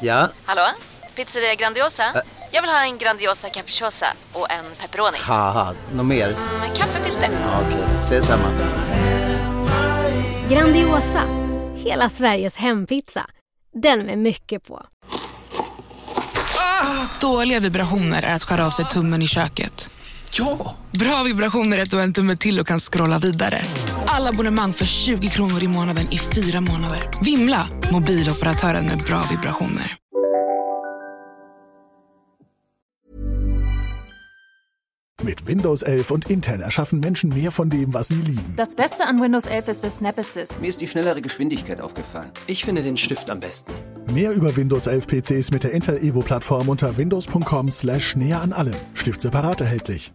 Ja? Hallå? Pizzeria Grandiosa? Jag vill ha en Grandiosa capriciosa och en pepperoni. Haha, något mer? Kaffefilter. Ja, okej, ses samma. Grandiosa, hela Sveriges hempizza. Den med mycket på. Dåliga vibrationer är att skära av sig tummen i köket. Ja! Bra vibrationer är att du har en tumme till och kan scrolla vidare. Alla abonnemang för 20 kronor i månaden i 4 månader. Vimla, mobiloperatören med bra vibrationer. Mit Windows 11 und Intel erschaffen Menschen mehr von dem, was sie lieben. Das Beste an Windows 11 ist der Snap Assist. Mir ist die schnellere Geschwindigkeit aufgefallen. Ich finde den Stift am besten. Mehr über Windows 11 PCs mit der Intel Evo-Plattform unter windows.com/näher an allem. Stift separat erhältlich.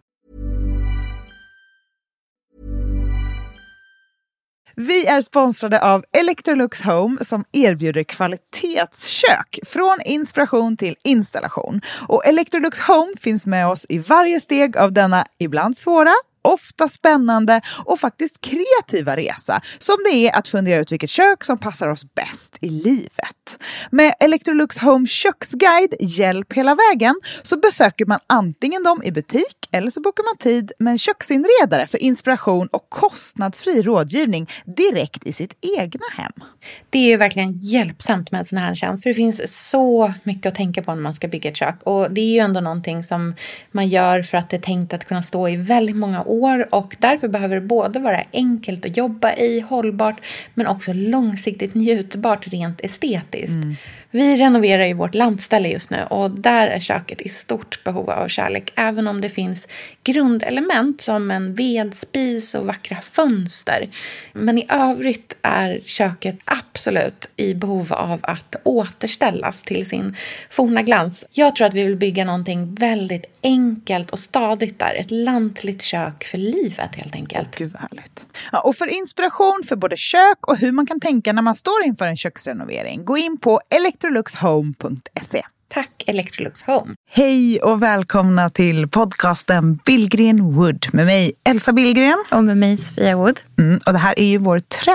Vi är sponsrade av Electrolux Home som erbjuder kvalitetskök från inspiration till installation. Och Electrolux Home finns med oss i varje steg av denna ibland svåra, ofta spännande och faktiskt kreativa resa som det är att fundera ut vilket kök som passar oss bäst i livet. Med Electrolux Home köksguide hjälp hela vägen så besöker man antingen dem i butik eller så bokar man tid med en köksinredare för inspiration och kostnadsfri rådgivning direkt i sitt egna hem. Det är ju verkligen hjälpsamt med sån här tjänst. För det finns så mycket att tänka på när man ska bygga ett kök. Och det är ju ändå någonting som man gör för att det är tänkt att kunna stå i väldigt många år. Och därför behöver det både vara enkelt att jobba i, hållbart, men också långsiktigt njutbart rent estetiskt. Vi renoverar ju vårt landställe just nu och där är köket i stort behov av kärlek. Även om det finns grundelement som en vedspis och vackra fönster. Men i övrigt är köket absolut i behov av att återställas till sin forna glans. Jag tror att vi vill bygga någonting väldigt enkelt och stadigt där. Ett lantligt kök för livet helt enkelt. Gud vad härligt. Ja, och för inspiration för både kök och hur man kan tänka när man står inför en köksrenovering, gå in på electroluxhome.se. Tack Electrolux Home. Hej och välkomna till podcasten Billgren Wood med mig Elsa Billgren. Och med mig Sofia Wood. Och det här är ju vår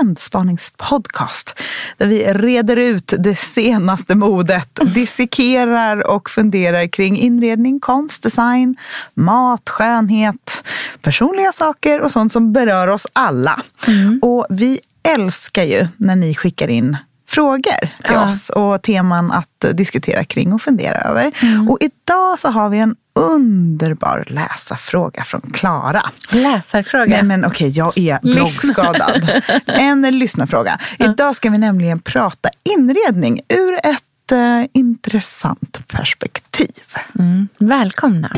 trendspaningspodcast där vi reder ut det senaste modet, dissekerar och funderar kring inredning, konst, design, mat, skönhet, personliga saker och sånt som berör oss alla. Och vi älskar ju när ni skickar in frågor till oss och teman att diskutera kring och fundera över. Och idag så har vi en underbar läsarfråga från Klara. Läsarfråga? Nej men okej, jag är bloggskadad. En lyssnarfråga. Idag ska vi nämligen prata inredning ur ett intressant perspektiv. Välkomna.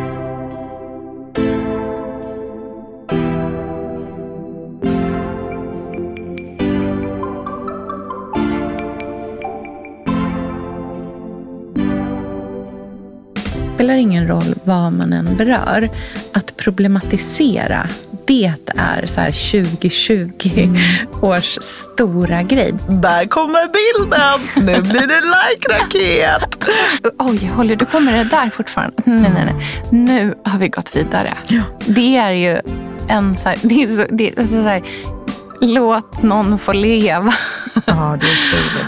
Det spelar ingen roll vad man än berör. Att problematisera, det är så här 2020 års stora grej. Där kommer bilden! Nu blir det like-raket! Oj, håller du på med det där fortfarande? Nej. Nu har vi gått vidare. Ja. Det är ju en så här, det är så här, låt någon få leva. Ja, det är otroligt.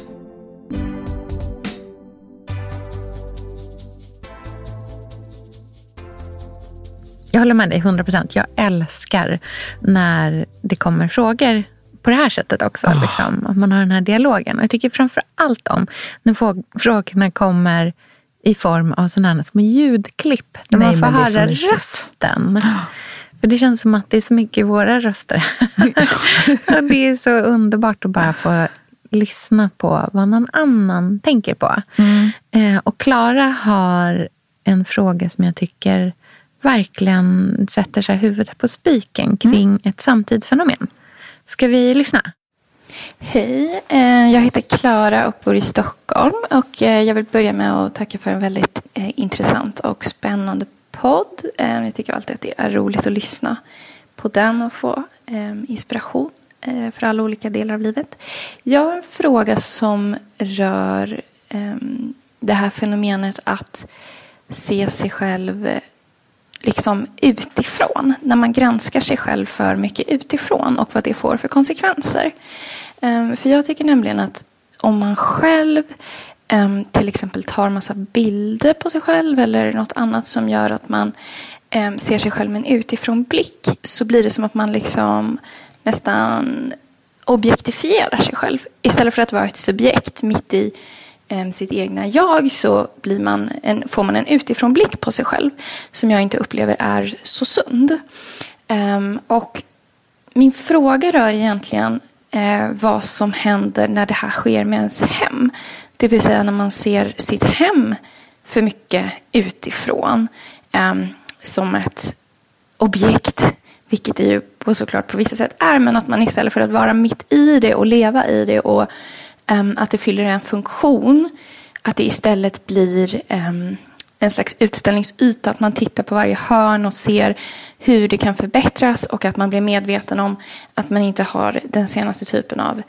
Jag håller med dig 100%. Jag älskar när det kommer frågor på det här sättet också. Liksom, att man har den här dialogen. Och jag tycker framför allt om när frågorna kommer i form av sådana här små ljudklipp. Där man får höra rösten. För det känns som att det är så mycket i våra röster. Och det är så underbart att bara få lyssna på vad någon annan tänker på. Och Klara har en fråga som jag tycker verkligen sätter sig huvudet på spiken kring ett samtidsfenomen. Ska vi lyssna? Hej, jag heter Klara och bor i Stockholm. Och jag vill börja med att tacka för en väldigt intressant och spännande podd. Jag tycker alltid att det är roligt att lyssna på den och få inspiration för alla olika delar av livet. Jag har en fråga som rör det här fenomenet att se sig själv liksom utifrån. När man granskar sig själv för mycket utifrån och vad det får för konsekvenser. För jag tycker nämligen att om man själv till exempel tar massa bilder på sig själv eller något annat som gör att man ser sig själv med en utifrån blick, så blir det som att man liksom nästan objektifierar sig själv. Istället för att vara ett subjekt mitt i sitt egna jag, så får man en utifrån blick på sig själv som jag inte upplever är så sund. Och min fråga rör egentligen vad som händer när det här sker med ens hem. Det vill säga när man ser sitt hem för mycket utifrån som ett objekt, vilket det ju såklart på vissa sätt är, men att man istället för att vara mitt i det och leva i det och att det fyller en funktion, att det istället blir en slags utställningsyta, att man tittar på varje hörn och ser hur det kan förbättras, och att man blir medveten om att man inte har den senaste typen av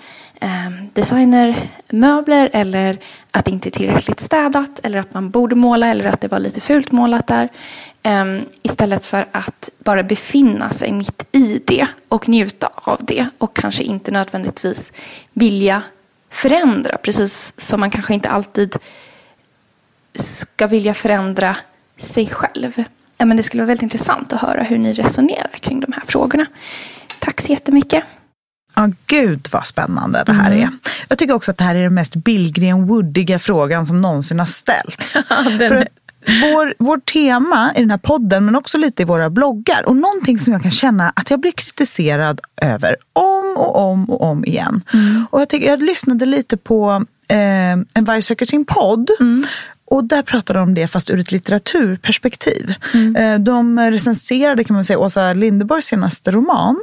designermöbler, eller att det inte är tillräckligt städat, eller att man borde måla, eller att det var lite fult målat där, istället för att bara befinna sig mitt i det och njuta av det, och kanske inte nödvändigtvis vilja förändra, precis som man kanske inte alltid ska vilja förändra sig själv. Men det skulle vara väldigt intressant att höra hur ni resonerar kring de här frågorna. Tack så jättemycket. Ja, gud vad spännande det här är. Jag tycker också att det här är den mest Billgren-woodiga frågan som någonsin har ställts. För att vår tema i den här podden, men också lite i våra bloggar, och någonting som jag kan känna att jag blir kritiserad över om igen. Och jag lyssnade lite på En varg söker sin podd. Och där pratade de om det fast ur ett litteraturperspektiv. De recenserade, kan man säga, Åsa Linderborgs senaste roman.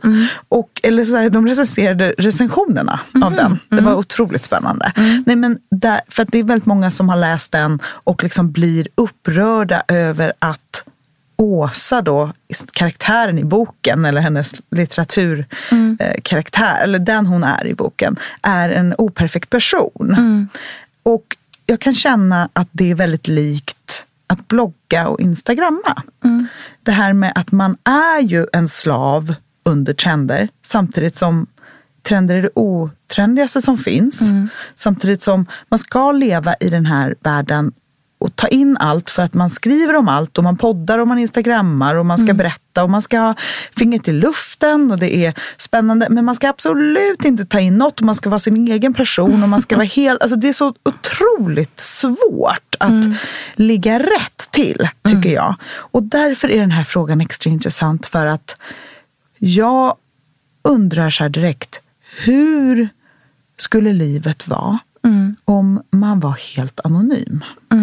De recenserade recensionerna av den. Det var otroligt spännande. Nej, men för att det är väldigt många som har läst den och liksom blir upprörda över att Åsa då, karaktären i boken, eller hennes litteraturkaraktär, eller den hon är i boken, är en operfekt person. Och jag kan känna att det är väldigt likt att blogga och instagramma. Det här med att man är ju en slav under trender, samtidigt som trender är det otrendigaste som finns. Samtidigt som man ska leva i den här världen och ta in allt, för att man skriver om allt och man poddar och man instagrammar och man ska berätta och man ska ha fingret i luften och det är spännande, men man ska absolut inte ta in något och man ska vara sin egen person och man ska vara helt, alltså det är så otroligt svårt att ligga rätt till, tycker jag. Och därför är den här frågan extra intressant, för att jag undrar så här direkt, hur skulle livet vara om man var helt anonym?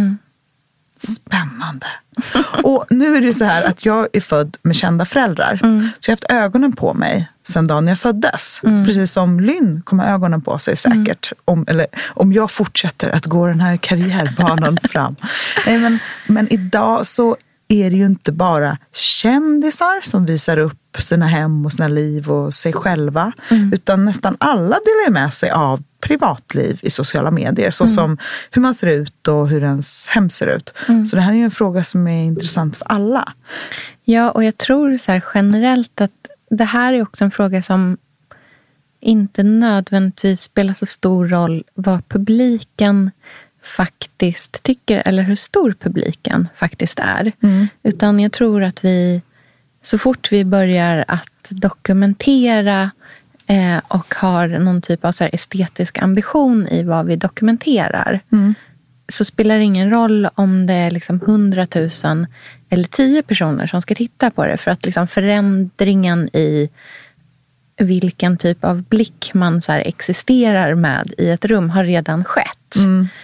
Spännande. Och nu är det ju så här att jag är född med kända föräldrar. Så jag har haft ögonen på mig sedan dagen jag föddes. Precis som Lynn kommer ögonen på sig säkert. Om jag fortsätter att gå den här karriärbanan fram. Nej, men idag så är det ju inte bara kändisar som visar upp sina hem och sina liv och sig själva. Utan nästan alla delar med sig av privatliv i sociala medier. Så som hur man ser ut och hur ens hem ser ut. Så det här är ju en fråga som är intressant för alla. Ja, och jag tror så här generellt att det här är också en fråga som inte nödvändigtvis spelar så stor roll vad publiken faktiskt tycker, eller hur stor publiken faktiskt är. Utan jag tror att så fort vi börjar att dokumentera och har någon typ av så här estetisk ambition i vad vi dokumenterar, så spelar det ingen roll om det är liksom 100 000 eller 10 personer som ska titta på det, för att liksom förändringen i vilken typ av blick man så här existerar med i ett rum har redan skett.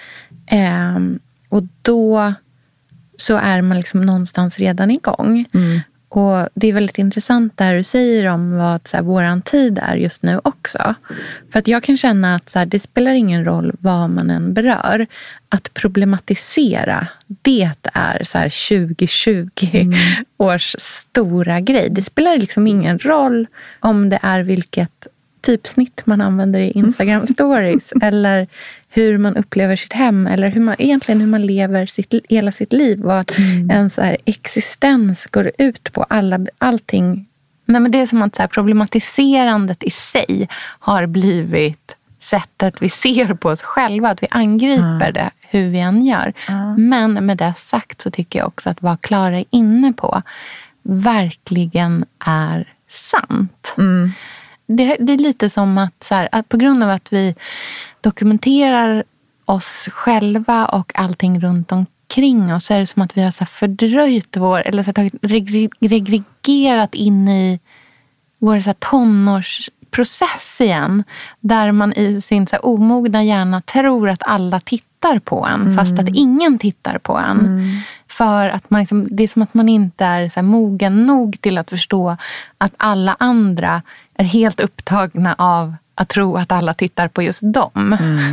Och då så är man liksom någonstans redan igång. Och det är väldigt intressant det här du säger om vad så här, våran tid är just nu också. För att jag kan känna att så här, det spelar ingen roll vad man än berör. Att problematisera, det är så här 2020 års stora grej. Det spelar liksom ingen roll om det är vilket typsnitt man använder i Instagram stories eller hur man upplever sitt hem, eller hur man lever hela sitt liv, och att en så här existens går ut på allting. Nej, men det är som att så här, problematiserandet i sig har blivit sättet vi ser på oss själva, att vi angriper det hur vi än gör. Men med det sagt så tycker jag också att vad Klara är inne på verkligen är sant. Det är lite som att, så här, att på grund av att vi dokumenterar oss själva och allting runt omkring oss, så är det som att vi har så här fördröjt eller så här regregerat in i vår så här tonårsprocess igen, där man i sin så här omogna hjärna tror att alla tittar på en, fast att ingen tittar på en. För att man liksom, det är som att man inte är så här mogen nog till att förstå att alla andra är helt upptagna av att tro att alla tittar på just dem.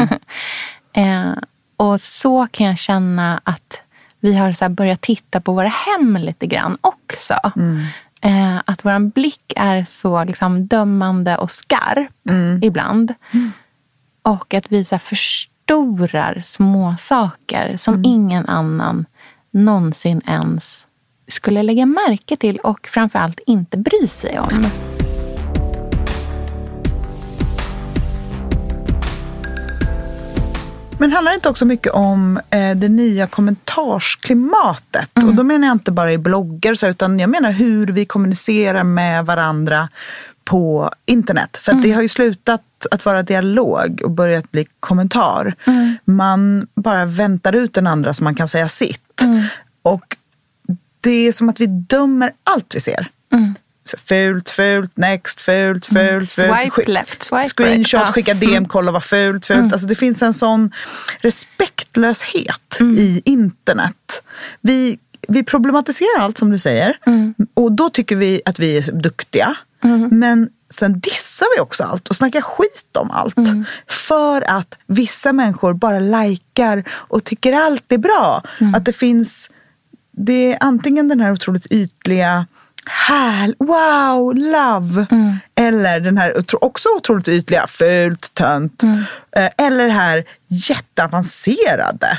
Och så kan jag känna att vi har så här börjat titta på våra hem lite grann också. Att vår blick är så liksom dömande och skarp ibland. Och att vi så här förstorar små saker som ingen annan någonsin ens skulle lägga märke till och framförallt inte bry sig om. Men handlar det inte också mycket om det nya kommentarsklimatet? Och då menar jag inte bara i bloggar, så, utan jag menar hur vi kommunicerar med varandra på internet. För att det har ju slutat att vara dialog och börjat bli kommentar. Man bara väntar ut den andra så man kan säga sitt. Och det är som att vi dömer allt vi ser. Så fult, next, fult. Swipe left, swipe screenshot, right. skicka DM, kolla vad fult. Alltså det finns en sån respektlöshet i internet. Vi problematiserar allt som du säger. Och då tycker vi att vi är duktiga. Men sen dissar vi också allt och snackar skit om allt. För att vissa människor bara likar och tycker allt är bra. Att det är antingen den här otroligt ytliga wow, love. Eller den här också otroligt ytliga fult, tönt. Eller det här jätteavancerade,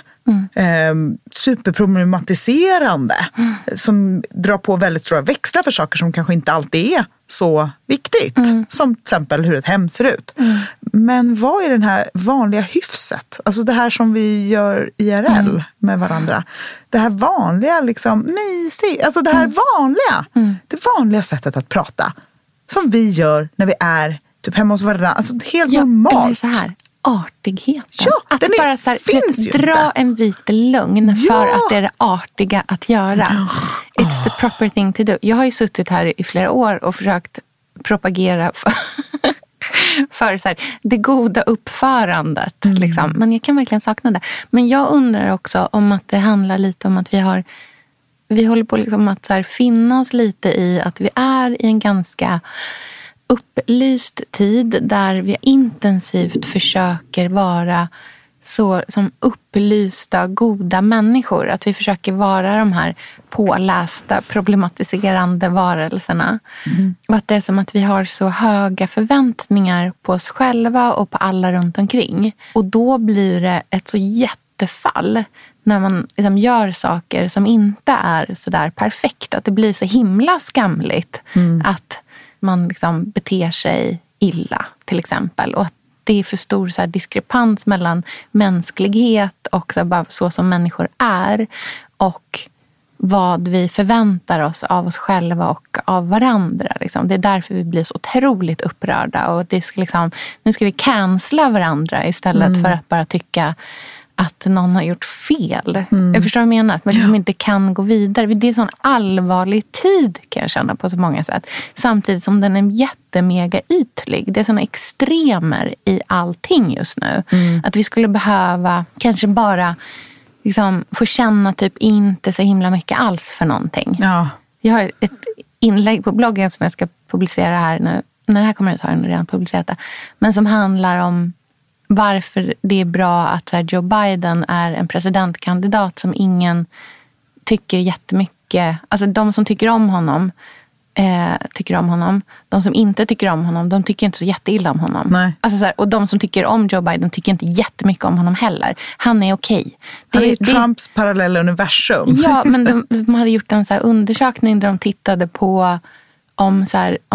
superproblematiserande, som drar på väldigt stora växlar för saker som kanske inte alltid är så viktigt. Som till exempel hur ett hem ser ut. Men vad är den här vanliga hyfset? Alltså det här som vi gör IRL med varandra. Det här vanliga liksom mysigt. Alltså det här vanliga. Det vanliga sättet att prata. Som vi gör när vi är typ hemma hos varandra. Alltså helt normalt. Eller så här, artigheten. Ja, att den bara så här, finns ju dra inte. en vit lögn för att det är det artiga att göra. It's the proper thing to do. Jag har ju suttit här i flera år och försökt propagera för så här, det goda uppförandet. Liksom. Men jag kan verkligen sakna det. Men jag undrar också om att det handlar lite om att vi håller på liksom att så här, finna oss lite i att vi är i en ganska upplyst tid där vi intensivt försöker vara så som upplysta, goda människor. Att vi försöker vara de här pålästa, problematiserande varelserna. Och att det är som att vi har så höga förväntningar på oss själva och på alla runt omkring. Och då blir det ett så jättefall när man liksom gör saker som inte är så där perfekt. Att det blir så himla skamligt att man liksom beter sig illa till exempel. Och att det är för stor så här diskrepans mellan mänsklighet och så, bara så som människor är och vad vi förväntar oss av oss själva och av varandra. Liksom. Det är därför vi blir så otroligt upprörda. Och det ska liksom, nu ska vi cancella varandra istället för att bara tycka att någon har gjort fel. Jag förstår vad jag menar. Att man liksom inte kan gå vidare. Det är en sån allvarlig tid kan jag känna på så många sätt. Samtidigt som den är jättemega ytlig. Det är såna extremer i allting just nu. Att vi skulle behöva kanske bara liksom få känna typ inte så himla mycket alls för någonting. Ja. Jag har ett inlägg på bloggen som jag ska publicera här nu. När det här kommer ut har jag redan publicerat det. Men som handlar om varför det är bra att så här, Joe Biden är en presidentkandidat som ingen tycker jättemycket. Alltså de som tycker om honom tycker om honom. De som inte tycker om honom, de tycker inte så jätteilla om honom. Nej. Alltså, så här, och de som tycker om Joe Biden tycker inte jättemycket om honom heller. Han är okej. Han är Trumps parallella universum. Ja, men de hade gjort en så här undersökning där de tittade på om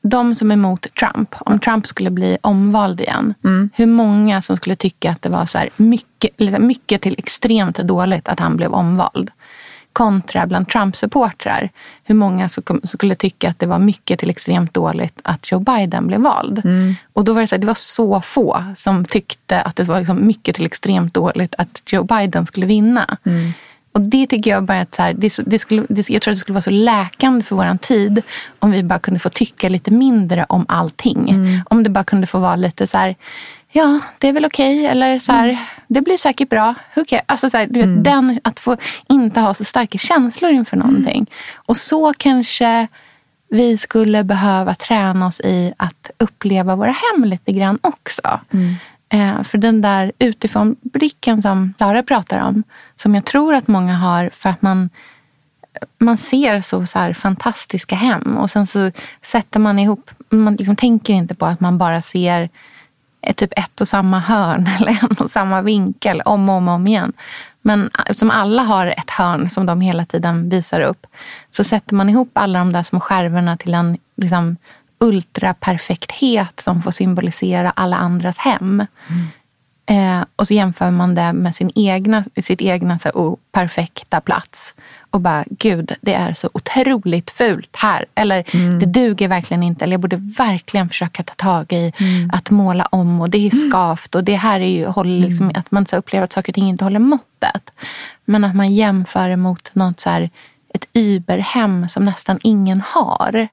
de som är emot Trump, om Trump skulle bli omvald igen, hur många som skulle tycka att det var så här mycket till extremt dåligt att han blev omvald, kontra bland Trump-supportrar hur många som skulle tycka att det var mycket till extremt dåligt att Joe Biden blev vald. Och då var det så här, det var så få som tyckte att det var liksom mycket till extremt dåligt att Joe Biden skulle vinna. Och det tycker jag bara att så här, jag tror att det skulle vara så läkande för våran tid om vi bara kunde få tycka lite mindre om allting. Om det bara kunde få vara lite så här, ja, det är väl okej, eller så här, det blir säkert bra. Alltså så här, du vet, att få inte ha så starka känslor inför någonting. Och så kanske vi skulle behöva träna oss i att uppleva våra hem lite grann också. För den där utifrån blicken som Lara pratar om, som jag tror att många har, för att man ser så här fantastiska hem, och sen så sätter man ihop, man liksom tänker inte på att man bara ser typ ett och samma hörn eller en och samma vinkel om och om igen. Men som alla har ett hörn som de hela tiden visar upp, så sätter man ihop alla de där små skärvorna till en liksom ultraperfekthet som får symbolisera alla andras hem. Och så jämför man det med sitt egna så här, perfekta plats. Och bara, gud, det är så otroligt fult här. Eller det duger verkligen inte. Eller jag borde verkligen försöka ta tag i att måla om. Och det är skavt. Och det här är ju liksom, att man så upplever att saker och ting inte håller måttet. Men att man jämför mot något så här, ett überhem som nästan ingen har.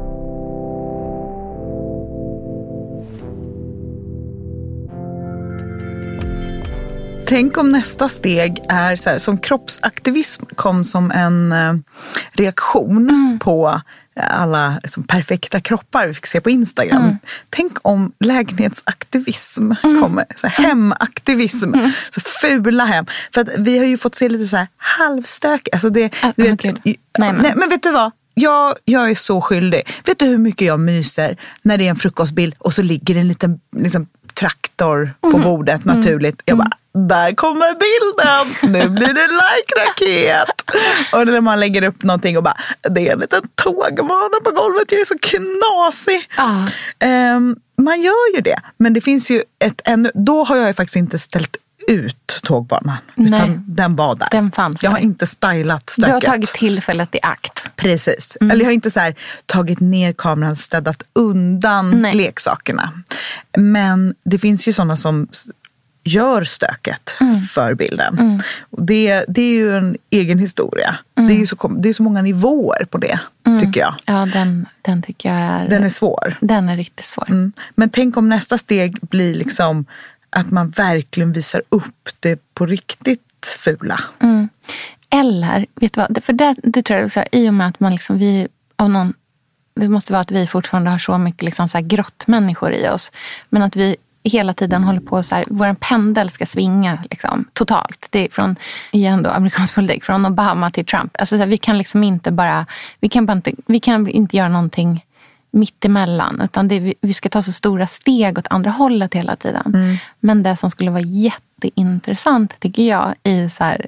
Tänk om nästa steg är så här, som kroppsaktivism kom som en reaktion på alla liksom, perfekta kroppar vi fick se på Instagram. Tänk om lägenhetsaktivism kommer, så här, hemaktivism, så fula hem. För att vi har ju fått se lite så här halvstök. Alltså det, men vet du vad? Jag är så skyldig. Vet du hur mycket jag myser när det är en frukostbild och så ligger en liten liksom, traktor på bordet naturligt. Jag bara, där kommer bilden. Nu blir det like-raket. Och när man lägger upp någonting och bara, det är en liten tågbana på golvet. Jag är så knasig. Man gör ju det. Men det finns ju då har jag ju faktiskt inte ställt ut tågbanan. Utan den var där. Den fanns jag har inte stylat stöket. Du har tagit tillfället i akt. Precis. Eller jag har inte så här tagit ner kameran, städat undan leksakerna. Men det finns ju sådana som gör stöket för bilden. Det är ju en egen historia. Det är så många nivåer på det, tycker jag. Ja, den tycker jag är... Den är svår. Den är riktigt svår. Men tänk om nästa steg blir liksom att man verkligen visar upp det på riktigt fula. Eller, vet du vad? För det tror jag också, i och med att man liksom, det måste vara att vi fortfarande har så mycket liksom så här grottmänniskor i oss. Men att vi hela tiden håller på så här, vår pendel ska svinga liksom, totalt. Det är från, igen då, amerikansk politik, från Obama till Trump. Alltså så här, vi kan liksom inte bara, vi kan inte göra någonting mitt emellan, utan vi ska ta så stora steg åt andra hållet hela tiden. Men det som skulle vara jätteintressant, tycker jag, i så här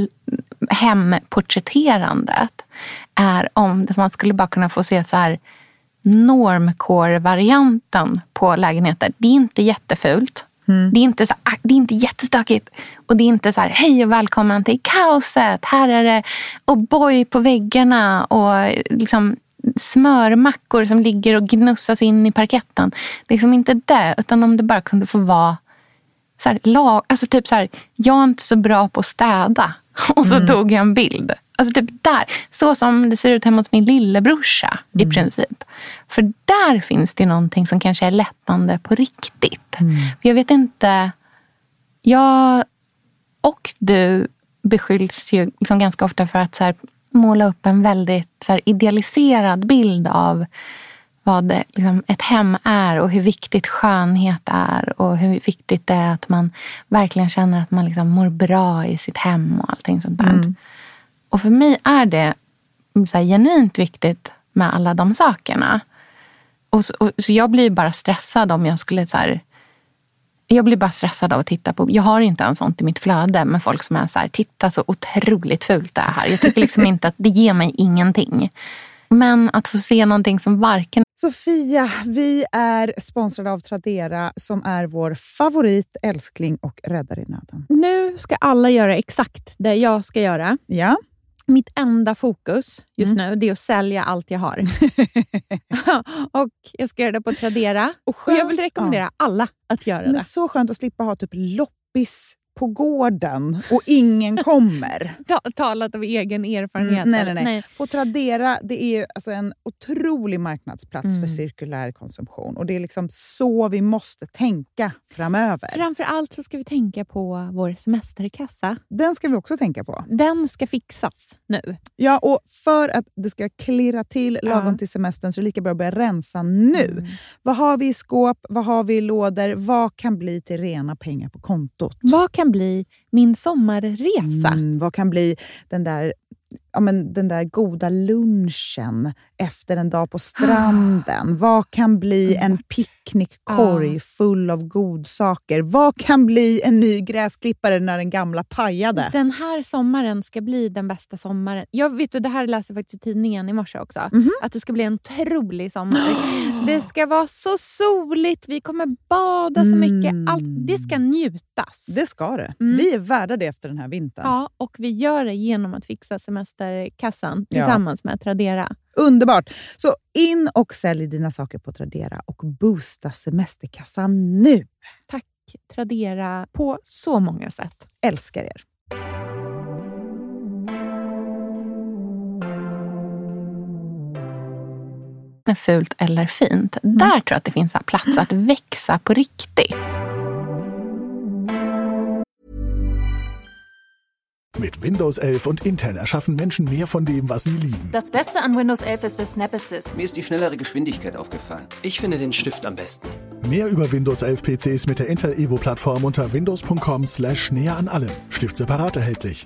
hemporträtterandet är om man skulle bara kunna få se så här normcore-varianten på lägenheter. Det är inte jättefult. Det är inte jättestökigt. Och det är inte så här, hej och välkommen till kaoset. Här är det O'boy på väggarna och liksom smörmackor som ligger och gnussas in i parketten. Liksom inte det, utan om det bara kunde få vara så här, alltså typ så här, jag är inte så bra på att städa. Och så tog jag en bild. Alltså typ där. Så som det ser ut hemma hos min lillebrorsa i princip. För där finns det någonting som kanske är lättande på riktigt. För jag vet inte. Jag och du beskylls ju liksom ganska ofta för att så här, måla upp en väldigt så här, idealiserad bild av vad det, liksom, ett hem är och hur viktigt skönhet är och hur viktigt det är att man verkligen känner att man liksom mår bra i sitt hem och allting sånt där. Och för mig är det så här, genuint viktigt med alla de sakerna. Så jag blir bara stressad om jag skulle så här, jag blir bara stressad av att titta på. Jag har inte en sånt i mitt flöde med folk som är så här, titta så otroligt fult det här. Jag tycker liksom inte att det ger mig ingenting. Men att få se någonting som varken... Sofia, vi är sponsrade av Tradera som är vår favorit, älskling och räddare i nöden. Nu ska alla göra exakt det jag ska göra. Ja. Mitt enda fokus just nu det är att sälja allt jag har. Och jag ska göra det på Tradera. Och jag vill rekommendera alla att göra det. Men så skönt att slippa ha typ loppis på gården och ingen kommer. Talat av egen erfarenhet. Nej. På Tradera, det är alltså en otrolig marknadsplats för cirkulär konsumtion. Och det är liksom så vi måste tänka framöver. Framförallt så ska vi tänka på vår semesterkassa. Den ska vi också tänka på. Den ska fixas nu. Ja, och för att det ska klirra till lagom till semestern så är det lika bra att börja rensa nu. Vad har vi i skåp? Vad har vi i lådor? Vad kan bli till rena pengar på kontot? Vad kan bli min sommarresa? Vad kan bli den där goda lunchen efter en dag på stranden? Vad kan bli en picknickkorg full av godsaker? Vad kan bli en ny gräsklippare när den gamla pajade? Den här sommaren ska bli den bästa sommaren. Jag vet, det här läser jag faktiskt i tidningen i morse också. Att det ska bli en otrolig sommar. Det ska vara så soligt. Vi kommer bada så mycket. Allt, det ska njutas. Det ska det. Vi är värda det efter den här vintern. Ja, och vi gör det genom att fixa semesterkassan tillsammans med Tradera. Underbart! Så in och sälj dina saker på Tradera och boosta semesterkassan nu. Tack Tradera på så många sätt. Älskar er. Med fult eller fint. Där tror jag att det finns en plats att växa på riktigt. Mit Windows 11 und Intel erschaffen Menschen mehr von dem, was sie lieben. Das Beste an Windows 11 ist das Snap Assist. Mir ist die schnellere Geschwindigkeit aufgefallen. Ich finde den Stift am besten. Mehr über Windows 11 PCs mit der Intel Evo-Plattform unter windows.com/näher an allem. Stift separat erhältlich.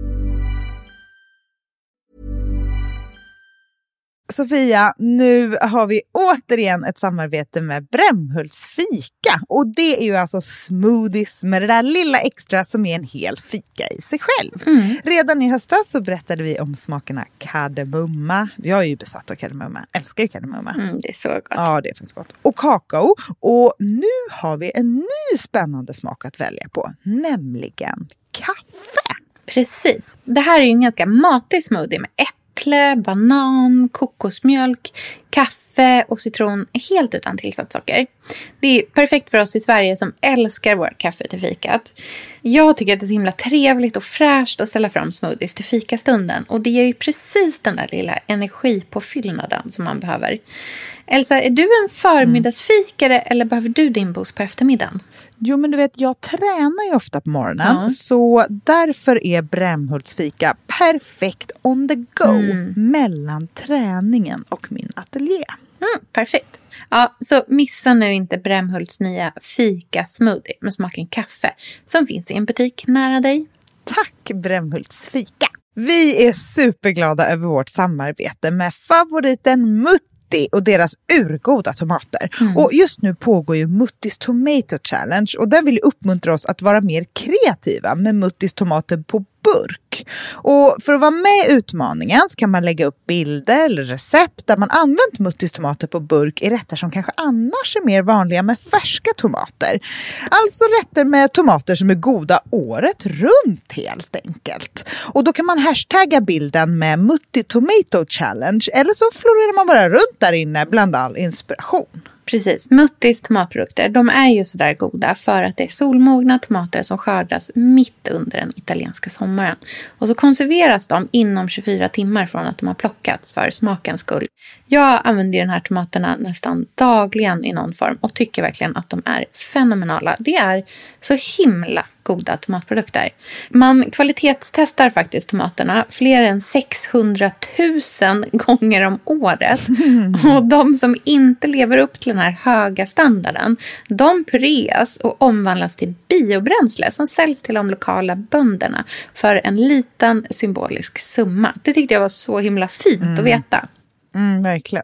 Sofia, nu har vi återigen ett samarbete med Brämhults fika. Och det är ju alltså smoothies med det där lilla extra som är en hel fika i sig själv. Redan i höstas så berättade vi om smakerna kardemumma. Jag är ju besatt av kardemumma. Älskar ju kardemumma. Det är så gott. Ja, det är faktiskt gott. Och kakao. Och nu har vi en ny spännande smak att välja på. Nämligen kaffe. Precis. Det här är ju en ganska matig smoothie med äpple, banan, kokosmjölk, kaffe och citron helt utan tillsatssocker. Det är perfekt för oss i Sverige som älskar vårt kaffe till fikat. Jag tycker att det är så himla trevligt och fräscht att ställa fram smoothies till fikastunden. Och det ger ju precis den där lilla energipåfyllnaden som man behöver. Elsa, är du en förmiddagsfikare eller behöver du din boost på eftermiddagen? Jo, men du vet, jag tränar ju ofta på morgonen. Så därför är Brämhults fika perfekt on the go mellan träningen och min ateljé. Perfekt. Ja, så missa nu inte Brämhults nya fika-smoothie med smaken kaffe som finns i en butik nära dig. Tack Brämhults fika! Vi är superglada över vårt samarbete med favoriten Mutti och deras urgoda tomater. Och just nu pågår ju Muttis Tomato Challenge och där vill uppmuntra oss att vara mer kreativa med Muttis tomater på burk. Och för att vara med i utmaningen så kan man lägga upp bilder eller recept där man använt Muttis tomater på burk i rätter som kanske annars är mer vanliga med färska tomater. Alltså rätter med tomater som är goda året runt helt enkelt. Och då kan man hashtagga bilden med Mutti Tomato Challenge eller så florerar man bara runt där inne bland all inspiration. Precis, Muttis tomatprodukter, de är ju sådär goda för att det är solmogna tomater som skördas mitt under den italienska sommaren. Och så konserveras de inom 24 timmar från att de har plockats för smakens skull. Jag använder de här tomaterna nästan dagligen i någon form och tycker verkligen att de är fenomenala. Det är så himla goda tomatprodukter. Man kvalitetstestar faktiskt tomaterna fler än 600 000 gånger om året. Och de som inte lever upp till den här höga standarden, de pureas och omvandlas till biobränsle som säljs till de lokala bönderna för en liten symbolisk summa. Det tyckte jag var så himla fint att veta. Verkligen.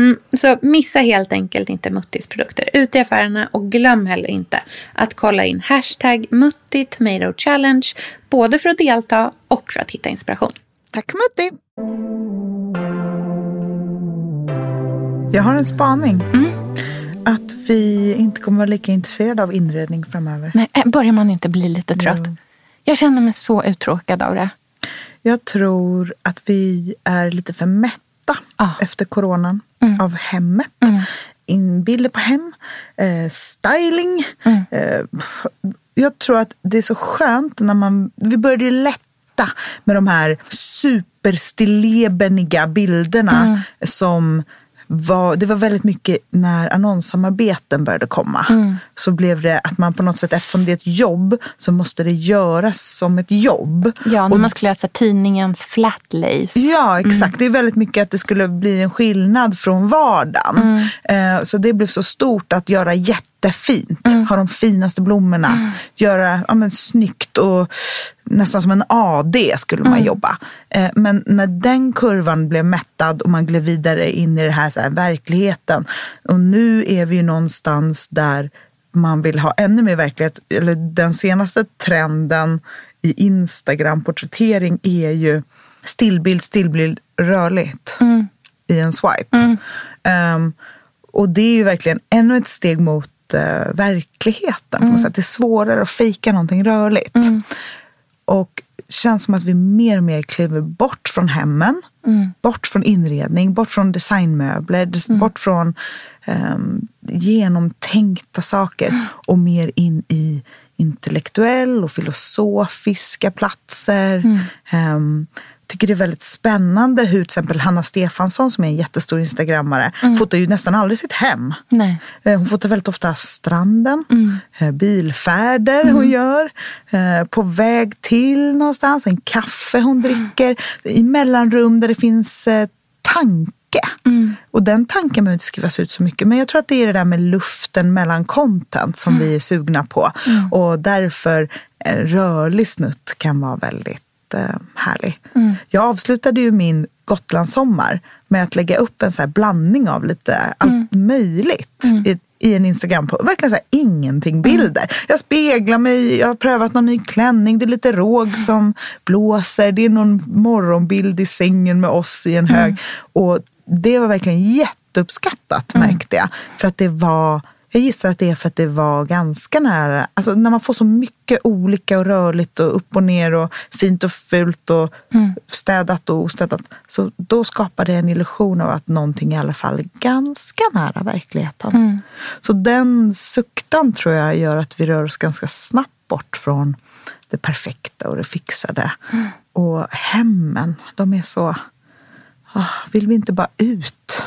Så missa helt enkelt inte Muttis produkter ute i affärerna och glöm heller inte att kolla in hashtag Mutti Tomato Challenge både för att delta och för att hitta inspiration. Tack Mutti! Jag har en spaning. Att vi inte kommer vara lika intresserade av inredning framöver. Nej, börjar man inte bli lite trött? Jo. Jag känner mig så uttråkad av det. Jag tror att vi är lite för mätta efter coronan av hemmet. Bilder på hem, styling. Jag tror att det är så skönt när vi började lätta med de här superstillebeniga bilderna som det var väldigt mycket när annonssamarbeten började komma. Så blev det att man på något sätt, eftersom det är ett jobb, så måste det göras som ett jobb. Ja, när man skulle läsa tidningens flatlace. Ja, exakt. Det är väldigt mycket att det skulle bli en skillnad från vardagen. Så det blev så stort att göra jättefint. Ha de finaste blommorna. Göra snyggt och nästan som en AD skulle man jobba. Men när den kurvan blev mättad och man gled vidare in i det här verkligheten. Och nu är vi ju någonstans där man vill ha ännu mer verklighet. Eller den senaste trenden i Instagram-porträttering är ju stillbild rörligt i en swipe. Och det är ju verkligen ännu ett steg mot verkligheten. Det är svårare att fejka någonting rörligt. Och det känns som att vi mer och mer kliver bort från hemmen. Bort från inredning, bort från designmöbler, bort från genomtänkta saker. Och mer in i intellektuell och filosofiska platser. Tycker det är väldigt spännande hur till exempel Hanna Stefansson, som är en jättestor instagrammare, fotar ju nästan aldrig sitt hem. Nej. Hon fotar väldigt ofta stranden, bilfärder hon gör, på väg till någonstans, en kaffe hon dricker, i mellanrum där det finns tanke. Och den tanken behöver inte skrivas ut så mycket, men jag tror att det är det där med luften mellan content som vi är sugna på. Och därför rörlig snutt kan vara väldigt härlig. Jag avslutade ju min Gotlandssommar med att lägga upp en så här blandning av lite allt möjligt i en Instagram på verkligen så här ingenting bilder. Jag speglar mig, jag har prövat någon ny klänning, det är lite råg som blåser, det är någon morgonbild i sängen med oss i en hög. Och det var verkligen jätteuppskattat, märkte jag. För att det var, jag gissar att det är för att det var ganska nära. Alltså när man får så mycket olika och rörligt och upp och ner och fint och fult och städat och ostädat. Så då skapar det en illusion av att någonting i alla fall är ganska nära verkligheten. Så den suktan tror jag gör att vi rör oss ganska snabbt bort från det perfekta och det fixade. Och hemmen, de är så... vill vi inte bara ut?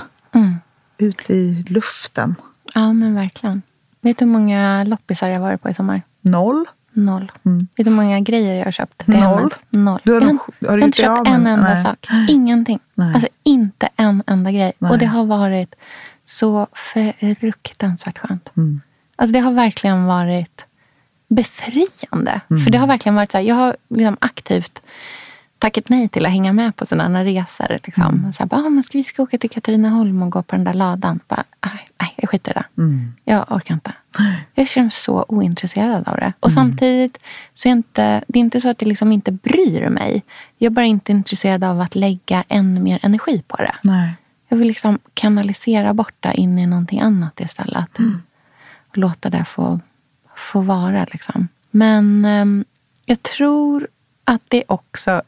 Ut i luften. Ja, men verkligen. Vet du hur många loppisar jag har varit på i sommar? 0. Vet du hur många grejer jag har köpt? 0. Jag har inte köpt en enda sak. Ingenting. Nej. Alltså inte en enda grej. Nej. Och det har varit så fruktansvärt skönt. Alltså det har verkligen varit befriande. För det har verkligen varit så här, jag har liksom aktivt tackat nej till att hänga med på sådana resor. Liksom. Så här, men vi ska åka till Katrineholm och gå på den där ladan. Nej, jag skiter i det. Jag orkar inte. Jag känner mig så ointresserad av det. Och samtidigt så är det inte så att jag liksom inte bryr mig. Jag är bara inte intresserad av att lägga ännu mer energi på det. Nej. Jag vill liksom kanalisera bort det in i någonting annat istället. Och låta det få vara liksom. Men jag tror att det också...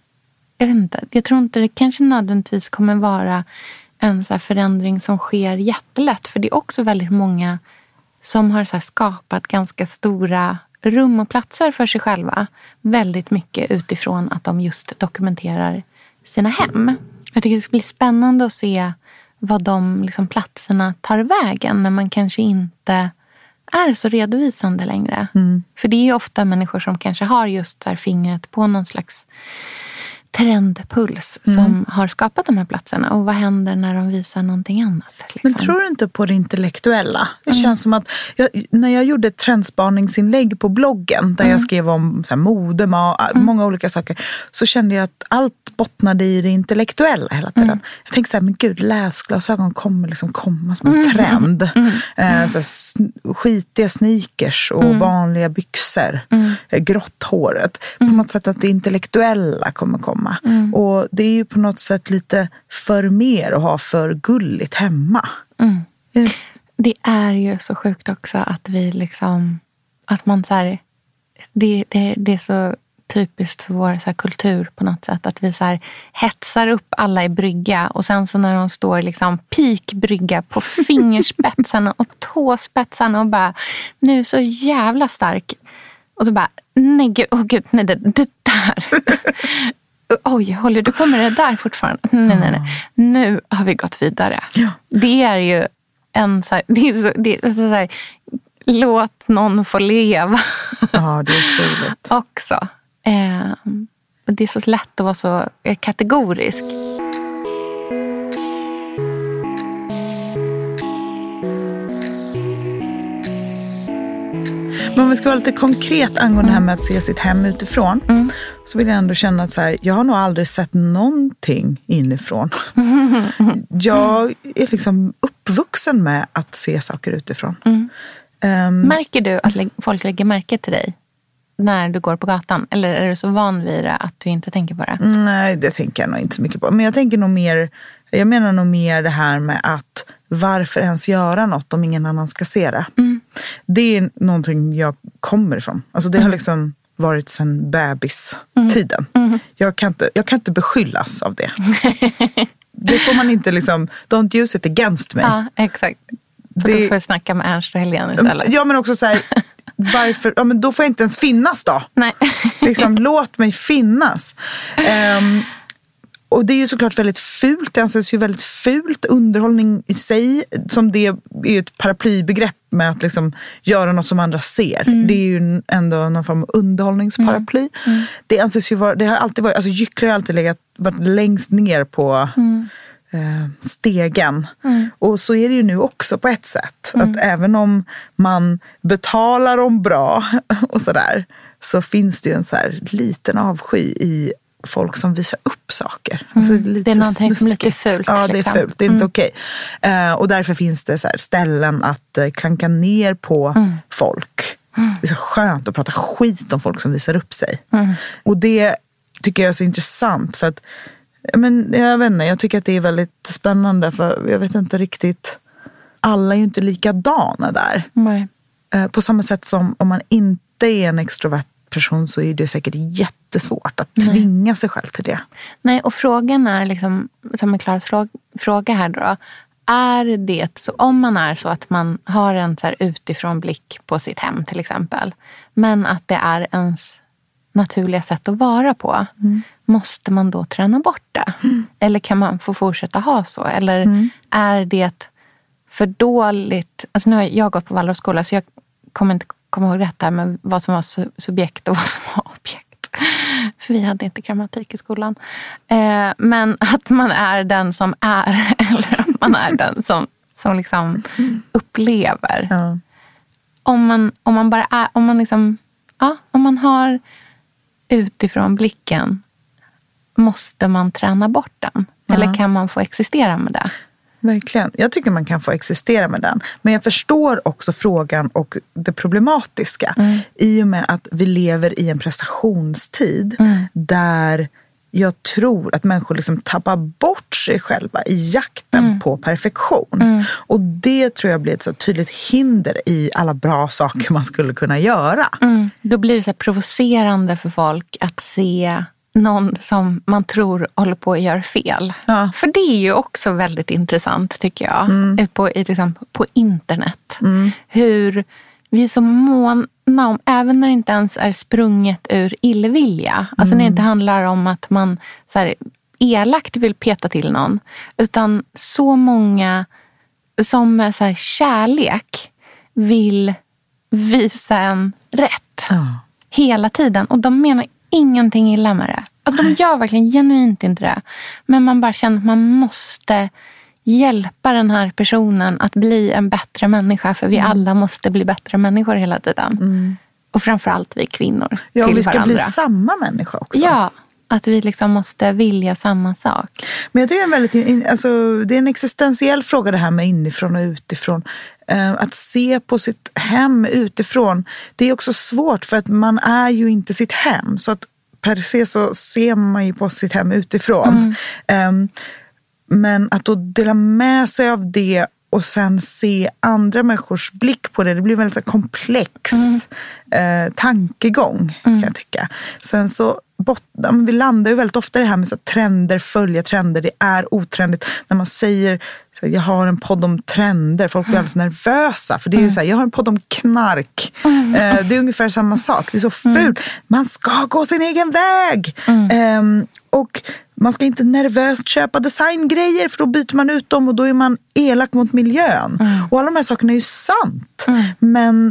Jag tror inte det kanske nödvändigtvis kommer vara en så här förändring som sker jättelätt. För det är också väldigt många som har så här skapat ganska stora rum och platser för sig själva. Väldigt mycket utifrån att de just dokumenterar sina hem. Jag tycker det ska bli spännande att se vad de liksom platserna tar vägen när man kanske inte är så redovisande längre. För det är ju ofta människor som kanske har just så här fingret på någon slags trendpuls som har skapat de här platserna. Och vad händer när de visar någonting annat? Liksom? Men tror du inte på det intellektuella? Det känns som att när jag gjorde ett trendspaningsinlägg på bloggen där jag skrev om så här, mode, många olika saker, så kände jag att allt bottnade i det intellektuella hela tiden. Jag tänkte så här, men gud, läsglasögon kommer liksom komma som en trend. Så här, skitiga sneakers och vanliga byxor. Grått håret. På något sätt att det intellektuella kommer komma. Och det är ju på något sätt lite för mer att ha för gulligt hemma. Det är ju så sjukt också att vi liksom, att man så här, det är så typiskt för vår så här kultur på något sätt, att vi så här hetsar upp alla i brygga och sen så när de står liksom peak-brygga på fingerspetsarna och tåspetsarna och bara, nu så jävla stark, och så bara, nej gud, nej det där oj, håller du på med det där fortfarande? Nej. Nu har vi gått vidare. Ja. Det är ju en så här, det är så här, låt någon få leva. Ja, det är otroligt. Också. Det är så lätt att vara så kategorisk. Men om vi ska vara lite konkret angående det här med att se sitt hem utifrån, så vill jag ändå känna att så här, jag har nog aldrig sett någonting inifrån. Jag är liksom uppvuxen med att se saker utifrån. Märker du att folk lägger märke till dig när du går på gatan? Eller är du så van vid det att du inte tänker på det? Nej, det tänker jag nog inte så mycket på. Men jag menar nog mer det här med att varför ens göra något om ingen annan ska se det. Det är någonting jag kommer ifrån. Alltså det har liksom varit sedan bebistiden. Jag kan inte beskyllas av det. Det får man inte liksom, don't use it against me. Ja, exakt. För då får jag snacka med Ernst och Helene istället. Ja, men också så här, varför? Ja, men då får jag inte ens finnas då. Nej. Liksom, låt mig finnas. Och det är ju såklart väldigt fult. Det anses ju väldigt fult. Underhållning i sig, som det är ju ett paraplybegrepp med att liksom göra något som andra ser. Det är ju ändå någon form av underhållningsparaply. Det anses ju vara, det har alltid varit, alltså gycklar har alltid varit längst ner på stegen. Och så är det ju nu också på ett sätt. Att även om man betalar dem bra och sådär, så finns det ju en så här liten avsky i folk som visar upp saker. Alltså lite det är någonting snuskigt. Som är lite fult. Ja, det är fult. Det är inte okej. Och därför finns det så här ställen att klanka ner på folk. Det är så skönt att prata skit om folk som visar upp sig. Och det tycker jag är så intressant, för att jag vet inte, jag tycker att det är väldigt spännande, för jag vet inte riktigt, alla är ju inte likadana där. Nej. På samma sätt som om man inte är en extrovert person, så är det säkert jättesvårt att tvinga sig själv till det. Nej, och frågan är liksom, som är Klaras fråga här då, är det så, om man är så att man har en så här utifrån blick på sitt hem till exempel, men att det är ens naturliga sätt att vara på, måste man då träna bort det? Eller kan man få fortsätta ha så? Eller är det för dåligt? Alltså nu har jag gått på Waldorfskola, så jag kommer inte komma ihåg rätt här med vad som var subjekt och vad som var objekt. För vi hade inte grammatik i skolan. Men att man är den som är, eller att man är den som liksom upplever. Ja. Om man bara är, om man liksom, ja, om man har utifrån blicken, måste man träna bort den? Eller kan man få existera med det? Verkligen. Jag tycker man kan få existera med den. Men jag förstår också frågan och det problematiska. I och med att vi lever i en prestationstid där jag tror att människor liksom tappar bort sig själva i jakten på perfektion. Och det tror jag blir ett så tydligt hinder i alla bra saker man skulle kunna göra. Då blir det så här provocerande för folk att se någon som man tror håller på att göra fel. Ja. För det är ju också väldigt intressant, tycker jag. På internet. Hur vi är så måna om, även när det inte ens är sprunget ur illvilja. Alltså när det inte handlar om att man så här, elakt vill peta till någon. Utan så många som med så här, kärlek vill visa en rätt. Hela tiden. Och de menar ingenting illa med det. Alltså de gör verkligen genuint inte det. Men man bara känner att man måste hjälpa den här personen att bli en bättre människa. För vi alla måste bli bättre människor hela tiden. Och framförallt vi kvinnor. Ja, och vi ska varandra. Bli samma människa också. Ja, att vi liksom måste vilja samma sak. Men jag tycker det är en existentiell fråga, det här med inifrån och utifrån. Att se på sitt hem utifrån, det är också svårt, för att man är ju inte sitt hem. Så att per se så ser man ju på sitt hem utifrån. Men att då dela med sig av det och sen se andra människors blick på det. Det blir väldigt komplex tankegång kan jag tycka. Sen så vi landar ju väldigt ofta i det här med så trender, följa trender. Det är otrendigt. När man säger så jag har en podd om trender, folk blir alldeles nervösa. För det är ju så här, jag har en podd om knark. Det är ungefär samma sak. Det är så fult. Man ska gå sin egen väg. Och man ska inte nervöst köpa designgrejer, för då byter man ut dem och då är man elak mot miljön. Och alla de här sakerna är ju sant. Men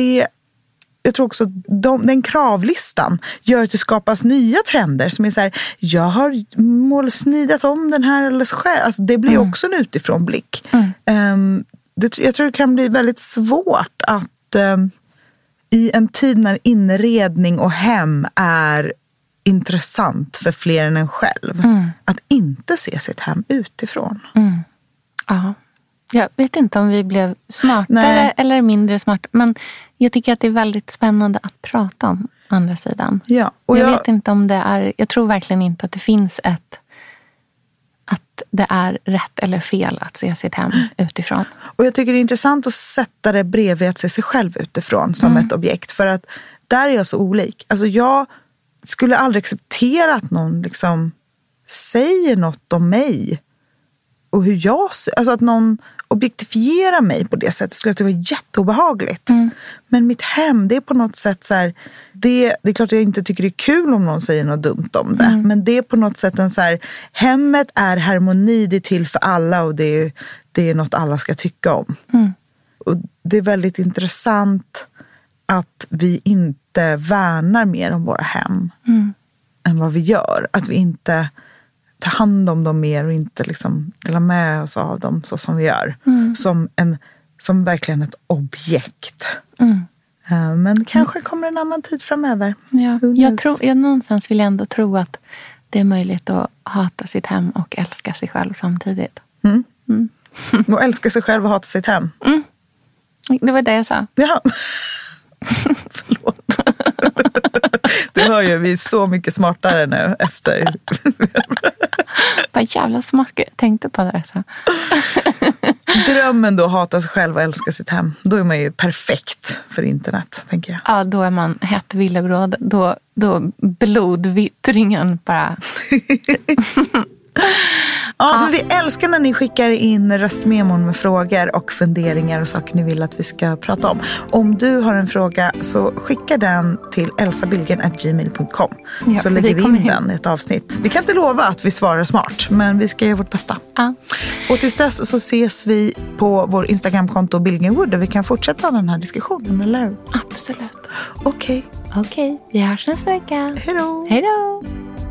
jag tror också att den kravlistan gör att det skapas nya trender som är så här, jag har målsnidat om den här alldeles själv. Alltså det blir också en utifrån blick. Jag tror det kan bli väldigt svårt att i en tid när inredning och hem är intressant för fler än en själv, att inte se sitt hem utifrån. Ja. Jag vet inte om vi blev smartare eller mindre smart, men jag tycker att det är väldigt spännande att prata om andra sidan. Ja, och jag vet inte om det är, jag tror verkligen inte att det finns att det är rätt eller fel att se sitt hem utifrån. Och jag tycker det är intressant att sätta det bredvid att se sig själv utifrån som ett objekt, för att där är jag så olik. Alltså jag skulle aldrig acceptera att någon liksom säger något om mig och hur jag ser, alltså att någon objektifierar mig på det sättet skulle jag tycka var jätteobehagligt. Men mitt hem, det är på något sätt så här, det är klart att jag inte tycker det är kul om någon säger något dumt om det, men det är på något sätt en så här, hemmet är harmoni, det är till för alla och det är något alla ska tycka om. Och det är väldigt intressant att vi inte värnar mer om våra hem än vad vi gör. Att vi inte tar hand om dem mer och inte liksom delar med oss av dem så som vi gör. Som verkligen ett objekt. Men kanske kommer en annan tid framöver. Ja, jag någonstans vill ändå tro att det är möjligt att hata sitt hem och älska sig själv samtidigt. Och älska sig själv och hata sitt hem. Det var det jag sa. Ja. Förlåt. Du hör ju, vi är så mycket smartare nu efter. Vad jävla smart jag tänkte på det där. Så. Drömmen då, hata sig själv och älska sitt hem. Då är man ju perfekt för internet, tänker jag. Ja, då är man hett villebråd. Då blodvittringen bara... Ja, men vi älskar när ni skickar in röstmemon med frågor och funderingar och saker ni vill att vi ska prata om. Om du har en fråga så skicka den till elsabillgren@gmail.com. Ja, så lägger vi in den i ett avsnitt. Vi kan inte lova att vi svarar smart, men vi ska göra vårt bästa. Ja. Och tills dess så ses vi på vår Instagramkonto Billgrenwood där vi kan fortsätta den här diskussionen, eller hur? Absolut. Okej, vi hörs nästa vecka. Hej då. Hej då.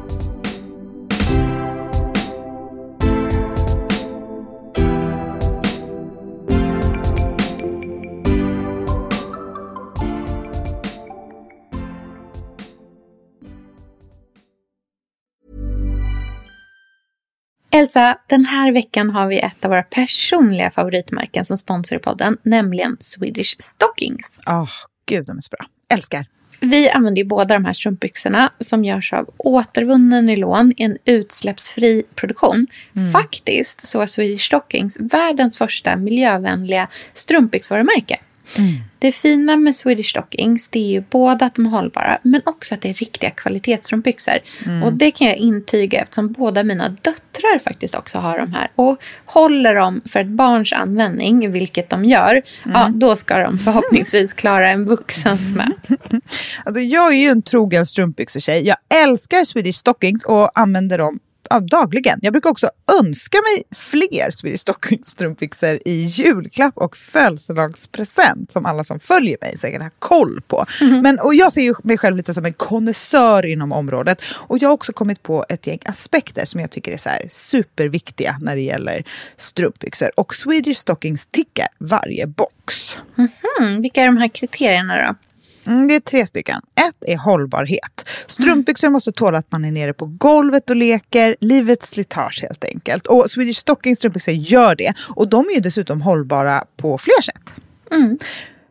Elsa, den här veckan har vi ett av våra personliga favoritmärken som sponsor i podden, nämligen Swedish Stockings. Gud, de är så bra. Älskar. Vi använder ju båda de här strumpbyxorna som görs av återvunnen nylon i en utsläppsfri produktion. Faktiskt så är Swedish Stockings världens första miljövänliga strumpbyxvarumärke. Det fina med Swedish Stockings, det är ju både att de är hållbara men också att det är riktiga kvalitetsstrumpbyxor. Och det kan jag intyga eftersom båda mina döttrar faktiskt också har de här. Och håller de för ett barns användning, vilket de gör, ja, då ska de förhoppningsvis klara en vuxens med. Alltså jag är ju en trogen strumpbyxor-tjej. Jag älskar Swedish Stockings och använder dem dagligen. Jag brukar också önska mig fler Swedish Stockings strumpbyxor i julklapp och födelsedagspresent som alla som följer mig säkert har koll på. Och jag ser ju mig själv lite som en konnässör inom området och jag har också kommit på ett gäng aspekter som jag tycker är så här superviktiga när det gäller strumpbyxor, och Swedish Stockings tickar varje box. Vilka är de här kriterierna då? Det är 3 stycken. 1 är hållbarhet. Strumpbyxor måste tåla att man är nere på golvet och leker. Livets slitage helt enkelt. Och Swedish Stockings strumpbyxor gör det. Och de är ju dessutom hållbara på fler sätt.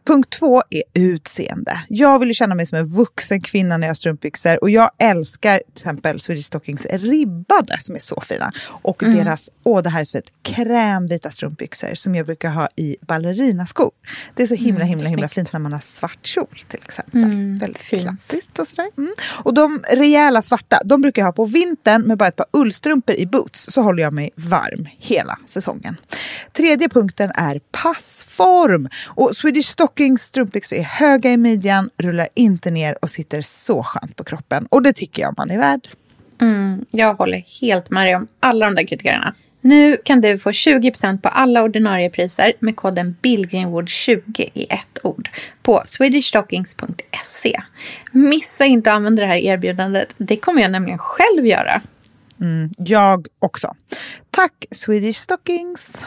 Punkt 2 är utseende. Jag vill ju känna mig som en vuxen kvinna när jag har strumpbyxor. Och jag älskar till exempel Swedish Stockings ribbade som är så fina. Och deras, det här är så krämvita strumpbyxor som jag brukar ha i ballerinaskor. Det är så himla fint när man har svart kjol till exempel. Väldigt klassiskt och sådär. Och de rejäla svarta, de brukar jag ha på vintern med bara ett par ullstrumpor i boots. Så håller jag mig varm hela säsongen. Tredje punkten är passform. Och Swedish Stockings strumpbyxor är höga i midjan, rullar inte ner och sitter så skönt på kroppen. Och det tycker jag man är värd. Jag håller helt med dig om alla de där kriterierna. Nu kan du få 20% på alla ordinarie priser med koden BillGreenwood20 i ett ord på swedishstockings.se. Missa inte att använda det här erbjudandet. Det kommer jag nämligen själv göra. Jag också. Tack Swedish Stockings!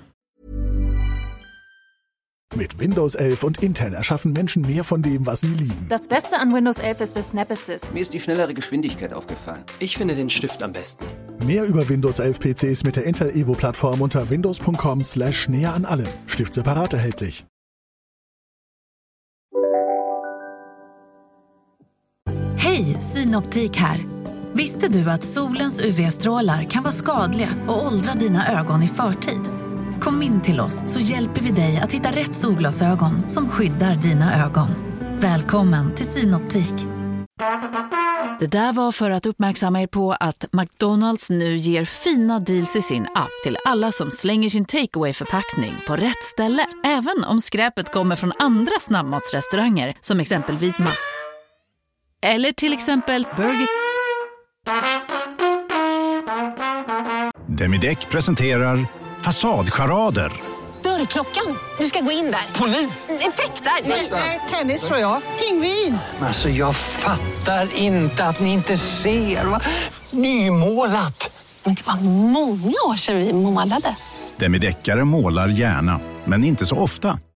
Mit Windows 11 und Intel erschaffen Menschen mehr von dem, was sie lieben. Das Beste an Windows 11 ist der Snap Assist. Mir ist die schnellere Geschwindigkeit aufgefallen. Ich finde den Stift am besten. Mehr über Windows 11 PCs mit der Intel Evo-Plattform unter windows.com/näher an allem. Stift separat erhältlich. Hej, Synoptik här. Visste du att solens UV-strålar kan vara skadliga och åldra dina ögon i förtid? Kom in till oss så hjälper vi dig att hitta rätt solglasögon som skyddar dina ögon. Välkommen till Synoptik. Det där var för att uppmärksamma er på att McDonalds nu ger fina deals i sin app till alla som slänger sin takeaway-förpackning på rätt ställe. Även om skräpet kommer från andra snabbmatsrestauranger som exempelvis eller till exempel Burger. Demideck presenterar Fasadcharader. Dörrklockan. Du ska gå in där. Polis? Effektar? Nej, tennis tror jag. Pingvin. Alltså jag fattar inte att ni inte ser. Va? Nymålat. Men det var många år sedan vi målade. Demideckare målar gärna, men inte så ofta.